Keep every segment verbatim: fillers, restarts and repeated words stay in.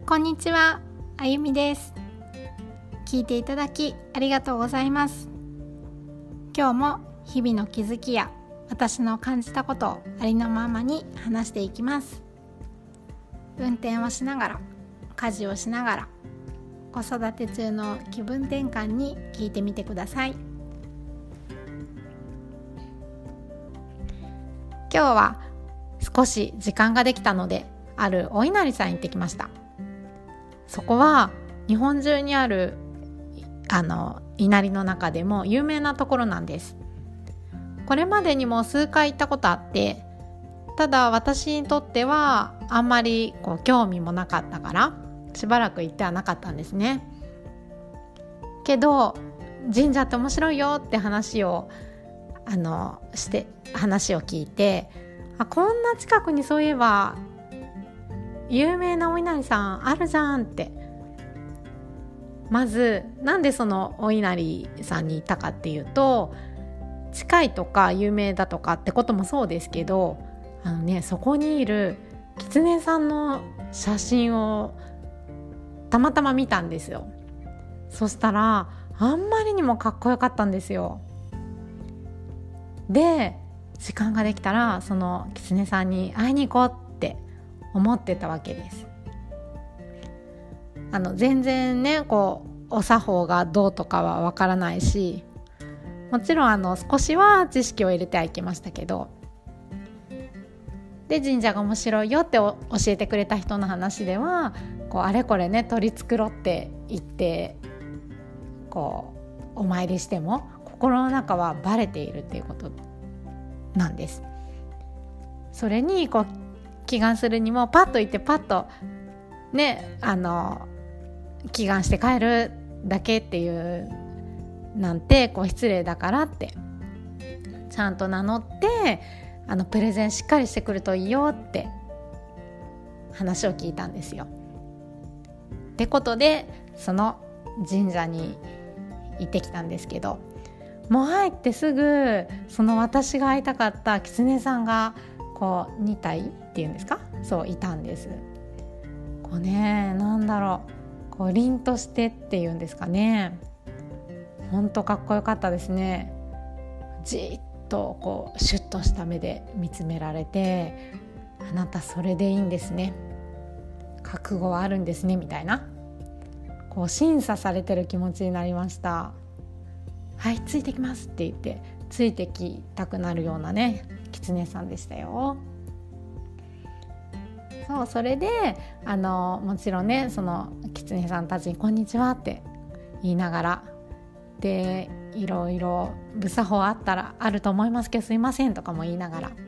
こんにちは、あゆみです。聞いていただきありがとうございます。今日も日々の気づきや私の感じたことをありのままに話していきます。運転をしながら、家事をしながら、子育て中の気分転換に聞いてみてください。今日は少し時間ができたので、あるお稲荷さんに行ってきました。そこは日本中にあるあの稲荷の中でも有名なところなんです。これまでにも数回行ったことあって、ただ私にとってはあんまりこう興味もなかったからしばらく行ってはなかったんですね。けど神社って面白いよって話をあのして話を聞いて、あ、こんな近くにそういえば有名なお稲荷さんあるじゃんって。まずなんでそのお稲荷さんに行ったかっていうと、近いとか有名だとかってこともそうですけど、あのね、そこにいる狐さんの写真をたまたま見たんですよ。そしたらあんまりにもかっこよかったんですよ。で、時間ができたらその狐さんに会いに行こうって思ってたわけです。あの全然ね、こうお作法がどうとかはわからないし、もちろんあの少しは知識を入れてはいけましたけど、で神社が面白いよって教えてくれた人の話では、こうあれこれね取り繕って言ってこうお参りしても心の中はバレているっていうことなんです。それにこう祈願するにもパッと行ってパッとね、あの祈願して帰るだけっていうなんてこう失礼だからって、ちゃんと名乗ってあのプレゼンしっかりしてくるといいよって話を聞いたんですよ。ってことでその神社に行ってきたんですけど、もう入ってすぐその私が会いたかった狐さんがこうにたいっていうんですか、そういたんです。こうね、なんだろう、こう凛としてっていうんですかね、ほんとかっこよかったですね。じっとこうシュッとした目で見つめられて、あなたそれでいいんですね、覚悟はあるんですねみたいな、こう審査されてる気持ちになりました。はい、ついてきますって言ってついてきたくなるようなね狐さんでしたよ。そう、それであのもちろんね、その狐さんたちにこんにちはって言いながら、でいろいろ不作法あったらあると思いますけどすいませんとかも言いながら、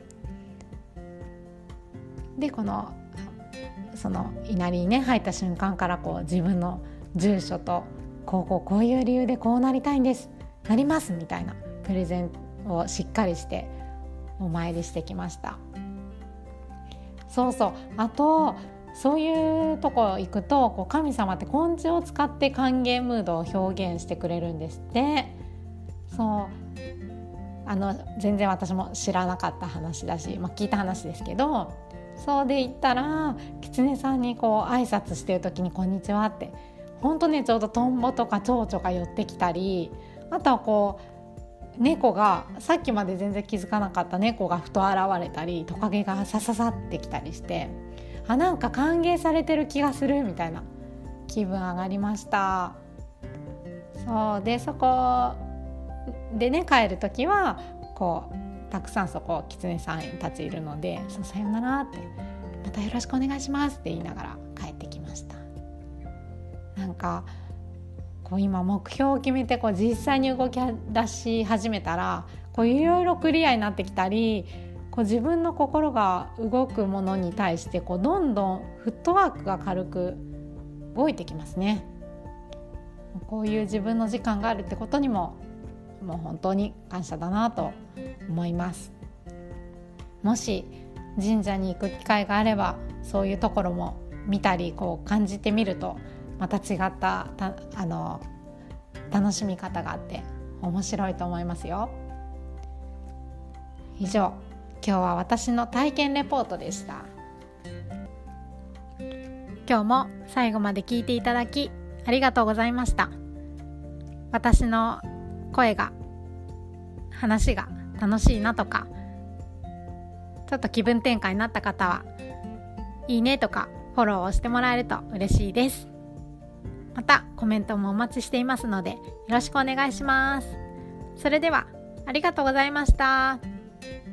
でこのその稲荷にね入った瞬間からこう自分の住所とこうこうこういう理由でこうなりたいんですなりますみたいなプレゼンをしっかりしてお参りしてきました。そうそう、あとそういうとこ行くとこう神様って昆虫を使って歓迎ムードを表現してくれるんですって。そう、あの全然私も知らなかった話だし、まあ、聞いた話ですけど、そうで言ったら狐さんにこう挨拶してる時にこんにちはって、ほんとねちょうどトンボとか蝶々が寄ってきたり、あとはこう猫がさっきまで全然気づかなかった猫がふと現れたり、トカゲがさささってきたりして、あ、なんか歓迎されてる気がするみたいな気分上がりました。そうで、そこでね帰る時はこうたくさんそこ狐さんたちいるので、そうさよならって、またよろしくお願いしますって言いながら帰ってきました。なんかこう今目標を決めてこう実際に動き出し始めたら、こういろいろクリアになってきたり、こう自分の心が動くものに対してこうどんどんフットワークが軽く動いてきますね。こういう自分の時間があるってことにももう本当に感謝だなと思います。もし神社に行く機会があれば、そういうところも見たりこう感じてみるとまた違ったたあの楽しみ方があって面白いと思いますよ。以上、今日は私の体験レポートでした。今今日も最後まで聞いていただきありがとうございました。私の声が、話が楽しいなとか、ちょっと気分転換になった方はいいねとかフォローをしてもらえると嬉しいです。またコメントもお待ちしていますのでよろしくお願いします。それではありがとうございました。